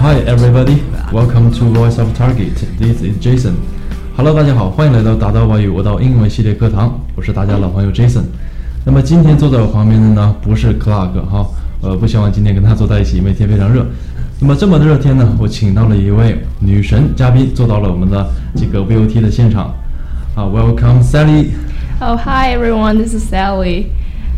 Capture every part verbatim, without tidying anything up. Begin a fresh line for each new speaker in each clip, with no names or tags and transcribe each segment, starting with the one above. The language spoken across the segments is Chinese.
Hi everybody, welcome to Voice of Target. This is Jason. Hello， 大家好，欢迎来到达到外语我到英文系列课堂，我是大家老朋友 Jason。那么今天坐在我旁边的呢，不是 Clark 哈，呃，不希望今天跟他坐在一起，因为天非常热。那么这么热天呢，我请到了一位女神嘉宾，坐到了我们的这个 V O T 的现场。啊 ，Welcome Sally。Oh,
hi everyone, this is Sally.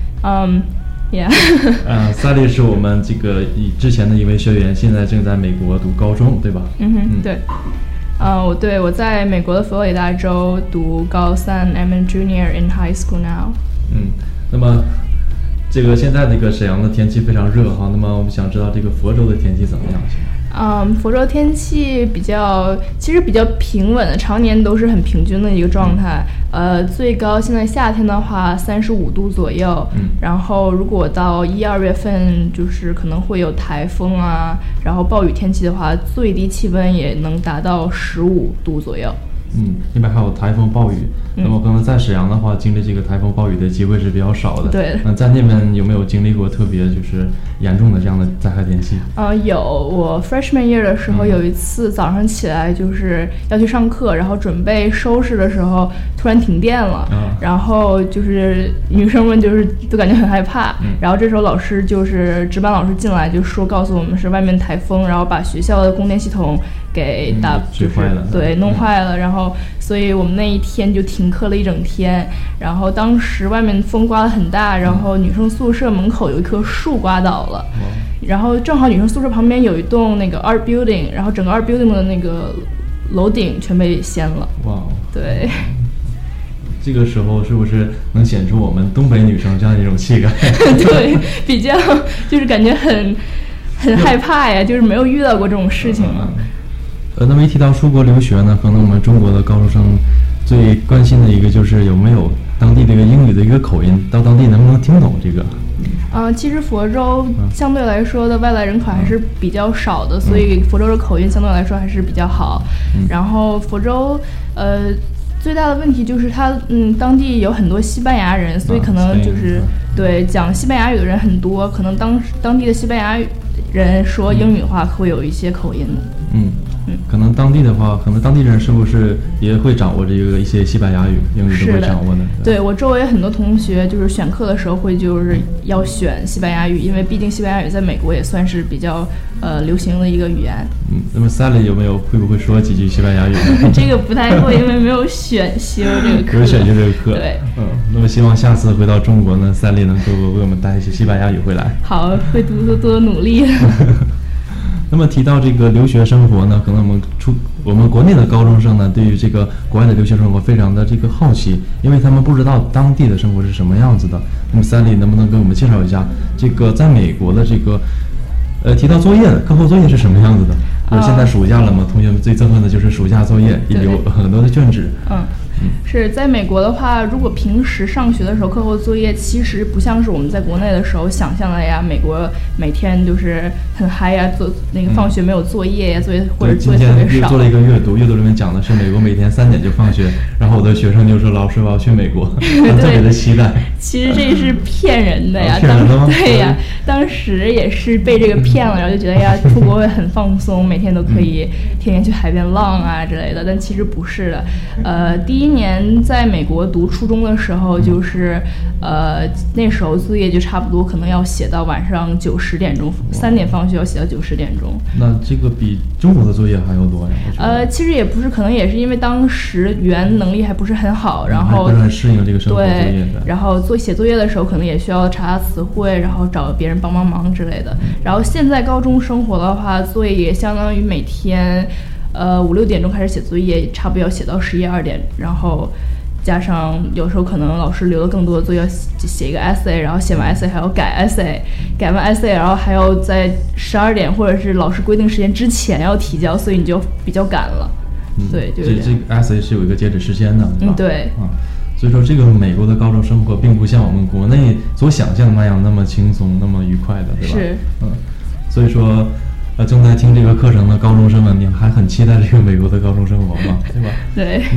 Um. Yeah.
呃 ，Sally 是我们这个以之前的一位学员，现在正在美国读高中，对吧？
嗯哼，嗯对。呃，我对我在美国的佛罗里达州读高三 ，I'm a junior in high school now.
嗯，那么这个现在这个沈阳的天气非常热哈，那么我们想知道这个佛州的天气怎么样？
嗯，佛州天气比较，其实比较平稳的，常年都是很平均的一个状态。呃，最高现在夏天的话三十五度左右，
嗯，
然后如果到一二月份，就是可能会有台风啊，然后暴雨天气的话，最低气温也能达到十五度左右。
嗯，那边还有台风暴雨，嗯、那么可能在沈阳的话，经历这个台风暴雨的机会是比较少的。
对。
那在那边有没有经历过特别就是严重的这样的灾害天气？
呃，有。我 freshman year 的时候，有一次早上起来就是要去上课，然后准备收拾的时候，突然停电了，
啊、
然后就是女生们就是都感觉很害怕，
嗯、
然后这时候老师就是值班老师进来就说告诉我们是外面台风，然后把学校的供电系统给打、
嗯、
就是
坏了，
对，弄坏了，然后所以我们那一天就停课了一整天。然后当时外面风刮得很大，然后女生宿舍门口有一棵树刮倒了，
嗯、
然后正好女生宿舍旁边有一栋那个 art building， 然后整个 art building 的那个楼顶全被掀了。
哇，
对。
这个时候是不是能显出我们东北女生这样一种气概？
对，比较就是感觉很很害怕呀，就是没有遇到过这种事情嘛。
嗯呃，那么一提到出国留学呢，可能我们中国的高中生最关心的一个就是有没有当地这个英语的一个口音，到当地能不能听懂这个？
嗯、呃，其实佛州相对来说的外来人口还是比较少的，嗯、所以佛州的口音相对来说还是比较好。
嗯、
然后佛州，呃。最大的问题就是它，嗯，当地有很多西班牙人，所以可能就是、啊、对讲西班牙语的人很多，可能当当地的西班牙人说英语的话会有一些口音的。
嗯嗯，可能当地的话，可能当地人是不是也会掌握这个一些西班牙语、英语都会掌握的？
对，对我周围很多同学就是选课的时候会就是要选西班牙语，因为毕竟西班牙语在美国也算是比较呃流行的一个语言。
嗯，那么 Sally 有没有会不会说几句西班牙语？
这个不太会，因为没有选修这个课。
没有选修这个课。
对，
嗯，那么希望下次回到中国呢 ，Sally 能够为我们带一些西班牙语回来。
好，会多多多努力。
那么提到这个留学生活呢，可能我们出我们国内的高中生呢，对于这个国外的留学生活非常的这个好奇，因为他们不知道当地的生活是什么样子的。那么 Sally 能不能给我们介绍一下这个在美国的这个？呃，提到作业，课后作业是什么样子的？就是现在暑假了嘛，同学们最憎恨的就是暑假作业，有很多的卷纸。
嗯，是在美国的话，如果平时上学的时候课后作业其实不像是我们在国内的时候想象的呀，美国每天就是很嗨呀，做那个放学没有作业呀，作业或者作业特别少。今天又
做了一个阅读，阅读里面讲的是美国每天三点就放学，然后我的学生就说老师我要去美国，他特别的期待。
其实这是骗人的呀，
骗人的吗？
对呀，当时也是被这个骗了，然后就觉得呀，出国会很放松，每天都可以天天去海边浪啊之类的，但其实不是的。呃，第一年在美国读初中的时候，就是呃那时候作业就差不多可能要写到晚上九十点钟，三点放学要写到九十点钟。
那这个比中国的作业还要多呀？
呃，其实也不是，可能也是因为当时语言能力还不是很好，然后
还不是很适应这个生活作业的。
然后做写作业的时候，可能也需要查查词汇，然后找别人帮帮忙之类的。然后现在高中生活的话，作业也相当于每天，呃五六点钟开始写作业，差不多要写到十一二点，然后加上有时候可能老师留了更多的作业，要写一个 essay， 然后写完 essay 还要改 essay， 改完 essay 然后还要在十二点或者是老师规定时间之前要提交，所以你就比较赶了。
嗯，
对，就是
这这个 essay 是有一个截止时间的，对吧？
嗯，对。
啊，所以说这个美国的高中生活并不像我们国内所想象的那样那么轻松、那么愉快的，对吧？
是。
嗯，所以说。呃，正在听这个课程的高中生们，你还很期待这个美国的高中生活吗？对吧？
对。
那么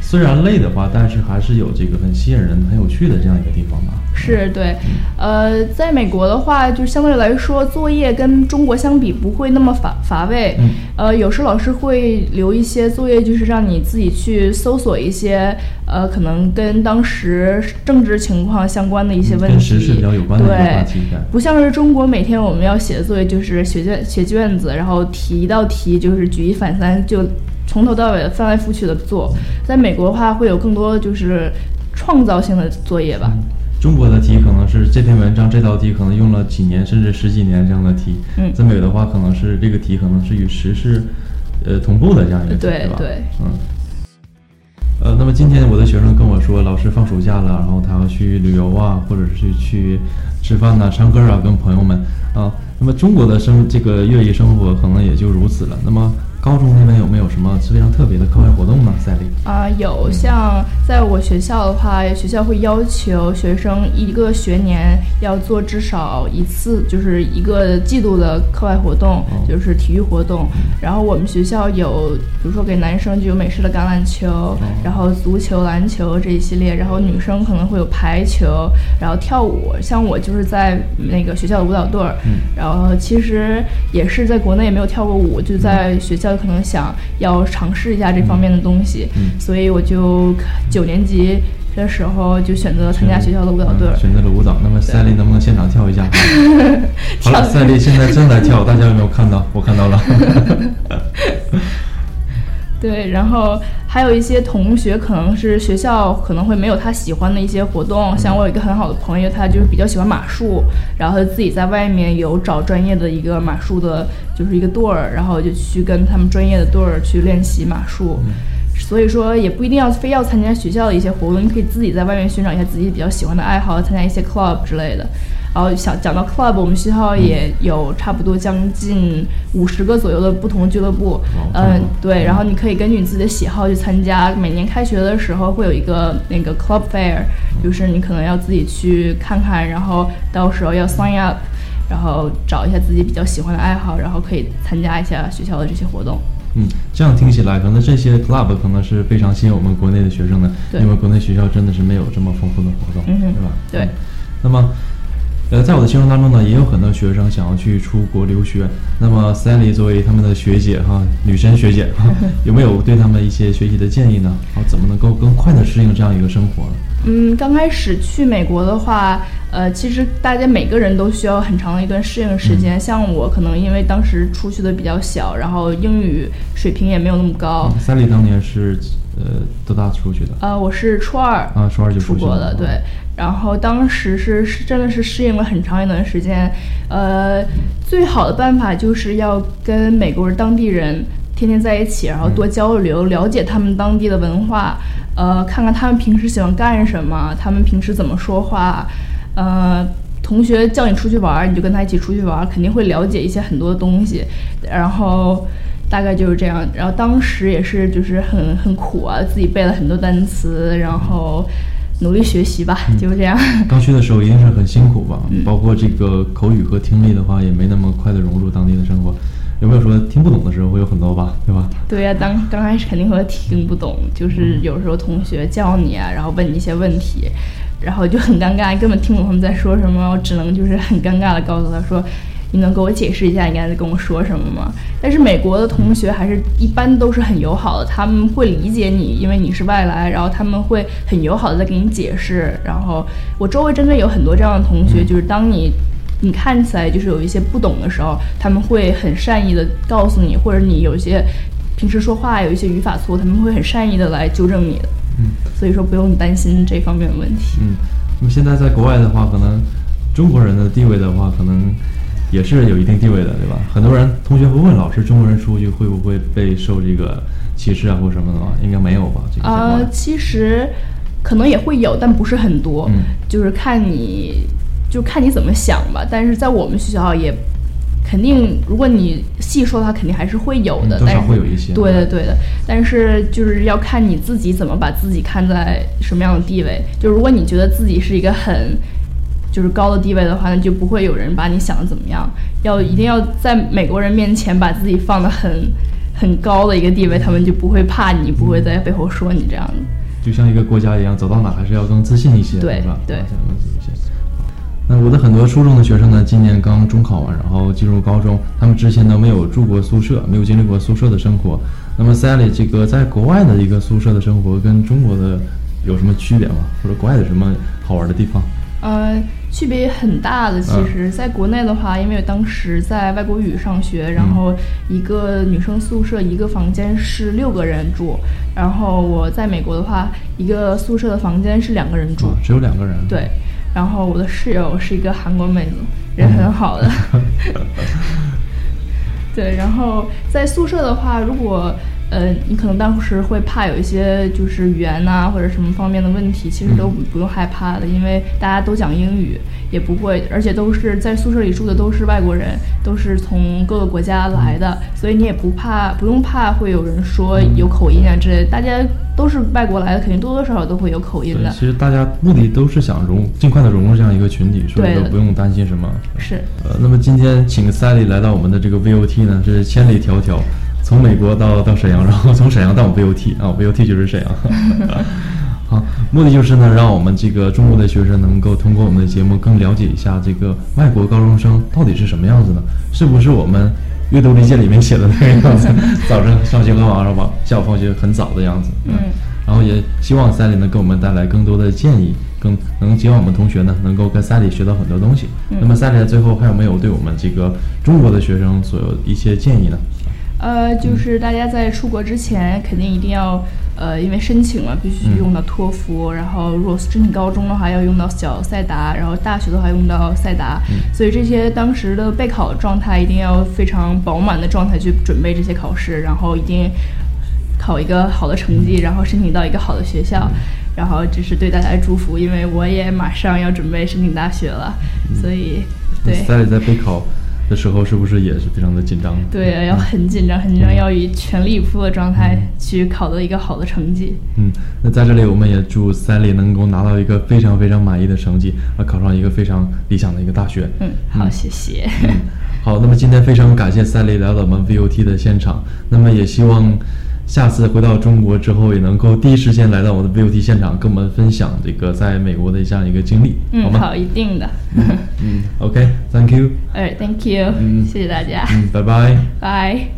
虽然累的话，但是还是有这个很吸引人、很有趣的这样一个地方吧。
是对，呃，在美国的话，就相对来说，作业跟中国相比不会那么乏乏味。
嗯、
呃，有时老师会留一些作业，就是让你自己去搜索一些，呃，可能跟当时政治情况相关的一些问题，
跟时事比较有关的一个话题。
对，不像是中国每天我们要写的作业就是写卷写卷子，然后题一道题就是举一反三，就从头到尾的翻来覆去的做。在美国的话，会有更多就是创造性的作业吧。
嗯，中国的题可能是这篇文章这道题可能用了几年甚至十几年这样的题，嗯，在美国的话可能是这个题可能是与时事呃同步的这样一个题，
对
对吧？
对，
嗯。呃，那么今天我的学生跟我说，老师放暑假了，然后他要去旅游啊，或者是去吃饭呐、啊、唱歌啊，跟朋友们啊。那么中国的生这个业余生活可能也就如此了。那么高中那边有没有什么非常特别的课外活动呢？赛丽
啊、呃，有，像在我学校的话，学校会要求学生一个学年要做至少一次，就是一个季度的课外活动，
哦、
就是体育活动。然后我们学校有，比如说给男生就有美式的橄榄球，
哦、
然后足球、篮球这一系列，然后女生可能会有排球，然后跳舞。像我就是在那个学校的舞蹈队儿，
嗯、
然后其实也是在国内也没有跳过舞，就在学校可能想要尝试一下这方面的东西，
嗯、
所以我就九年级的时候就选择参加学校的舞蹈队、
嗯，选择了舞蹈。那么赛丽能不能现场跳一下？好了，赛丽现在正在跳，大家有没有看到？我看到了。
对，然后还有一些同学可能是学校可能会没有他喜欢的一些活动，像我有一个很好的朋友，他就是比较喜欢马术，然后他自己在外面有找专业的一个马术的，就是一个队儿，然后就去跟他们专业的队儿去练习马术。嗯，所以说也不一定要非要参加学校的一些活动，你可以自己在外面寻找一下自己比较喜欢的爱好，参加一些 club 之类的。然后想讲到 club， 我们学校也有差不多将近五十个左右的不同的俱乐部。嗯、呃，对，然后你可以根据你自己的喜好去参加。每年开学的时候会有一个那个 club fair， 就是你可能要自己去看看，然后到时候要 sign up， 然后找一下自己比较喜欢的爱好，然后可以参加一下学校的这些活动。
嗯，这样听起来，可能这些 club 可能是非常吸引我们国内的学生的，因为国内学校真的是没有这么丰富的活动，
嗯、
对吧？
对。
嗯、那么，呃，在我的学生当中呢，也有很多学生想要去出国留学。那么 Sally 作为他们的学姐哈，女神学姐哈，有没有对他们一些学习的建议呢？然后怎么能够更快的适应这样一个生活呢？
嗯，刚开始去美国的话，呃，其实大家每个人都需要很长的一段适应时间。嗯、像我可能因为当时出去的比较小，然后英语水平也没有那么高。
嗯、Sally 当年是呃多大出去的？
呃，我是初二
啊，初二就
出国的，对。哦，然后当时是是真的是适应了很长一段时间。呃，最好的办法就是要跟美国人当地人天天在一起，然后多交流，嗯、了解他们当地的文化，呃，看看他们平时喜欢干什么，他们平时怎么说话。呃，同学叫你出去玩，你就跟他一起出去玩，肯定会了解一些很多的东西。然后大概就是这样。然后当时也是就是很很苦啊，自己背了很多单词，然后努力学习吧，嗯、就是这样。
刚去的时候一定是很辛苦吧，嗯、包括这个口语和听力的话，也没那么快的融入当地的生活。有没有说听不懂的时候会有很多吧，对吧？
对呀、啊，当刚开始肯定会听不懂，就是有时候同学叫你啊，然后问你一些问题，然后就很尴尬，根本听不懂他们在说什么，我只能就是很尴尬的告诉他说，你能给我解释一下你刚才在跟我说什么吗？但是美国的同学还是一般都是很友好的，他们会理解你，因为你是外来，然后他们会很友好的在给你解释。然后我周围真的有很多这样的同学，就是当你你看起来就是有一些不懂的时候，他们会很善意的告诉你，或者你有一些平时说话有一些语法错误，他们会很善意的来纠正你的。嗯，所以说不用担心这方面的问题。
嗯，那么现在在国外的话，可能中国人的地位的话，可能也是有一定地位的，对吧？很多人同学会问老师，中国人出去会不会被受这个歧视啊或什么的吗？应该没有吧？这个
呃，其实可能也会有，但不是很多，嗯、就是看你。就看你怎么想吧，但是在我们学校也肯定，如果你细说的话，肯定还是会有的，
嗯、多少会有一些。
对的，对的。但是就是要看你自己怎么把自己看在什么样的地位。就如果你觉得自己是一个很就是高的地位的话，那就不会有人把你想的怎么样。要一定要在美国人面前把自己放得很很高的一个地位，他们就不会怕你，不会在背后说你这样的。
就像一个国家一样，走到哪还是要更自信一些，
对
是吧？
对，
更自信一些。那我的很多初中的学生呢，今年刚中考完，然后进入高中，他们之前呢没有住过宿舍，没有经历过宿舍的生活。那么 Sally 这个在国外的一个宿舍的生活跟中国的有什么区别吗？或者国外有什么好玩的地方？
呃，区别也很大的。其实，在国内的话，因为当时在外国语上学，然后一个女生宿舍一个房间是六个人住，然后我在美国的话，一个宿舍的房间是两个人住，
哦、只有两个人。
对，然后我的室友是一个韩国妹子，人很好的。嗯、对，然后在宿舍的话，如果呃，你可能当时会怕有一些就是语言呐、啊、或者什么方面的问题，其实都不用害怕的，因为大家都讲英语，也不会，而且都是在宿舍里住的都是外国人，都是从各个国家来的，所以你也不怕，不用怕会有人说有口音啊之类的，大家都是外国来的，肯定多多少少都会有口音的。
其实大家目的都是想融，尽快的融入这样一个群体，所以都不用担心什么。
是。
呃，那么今天请 Sally 来到我们的这个 V O T 呢，是千里迢迢。从美国到到沈阳，然后从沈阳到我们 V O T 啊 ，V O T 就是沈阳。好，目的就是呢，让我们这个中国的学生能够通过我们的节目更了解一下这个外国高中生到底是什么样子呢？是不是我们阅读理解里面写的那个样子？早晨上学很晚，然后下午放学很早的样子。嗯。然后也希望 Sally 能给我们带来更多的建议，更能希望我们同学呢能够跟 Sally 学到很多东西。嗯、那么 Sally 最后还有没有对我们这个中国的学生所有一些建议呢？
呃，就是大家在出国之前，肯定一定要，呃，因为申请嘛，必须用到托福，嗯、然后如果申请高中的话，要用到小赛达，然后大学的话用到赛达，嗯、所以这些当时的备考状态一定要非常饱满的状态去准备这些考试，然后一定考一个好的成绩，然后申请到一个好的学校，嗯、然后这是对大家的祝福，因为我也马上要准备申请大学了，嗯、所以对。
Sally在备考的时候是不是也是非常的紧张？
对，要很紧张，很紧张，要以全力以赴的状态去考得一个好的成绩。
嗯，那在这里我们也祝 Sally 能够拿到一个非常非常满意的成绩，啊，考上一个非常理想的一个大学。
嗯，好，嗯、谢谢。
嗯，好，那么今天非常感谢 Sally 来到我们 V O T 的现场，那么也希望下次回到中国之后，也能够第一时间来到我的 V O T 现场，跟我们分享这个在美国的这样一个经历，
嗯，
好吗？
好，一定的。
嗯 ，OK，Thank you。
哎 ，Thank you，
嗯，
谢谢大家。
嗯，拜拜。
拜。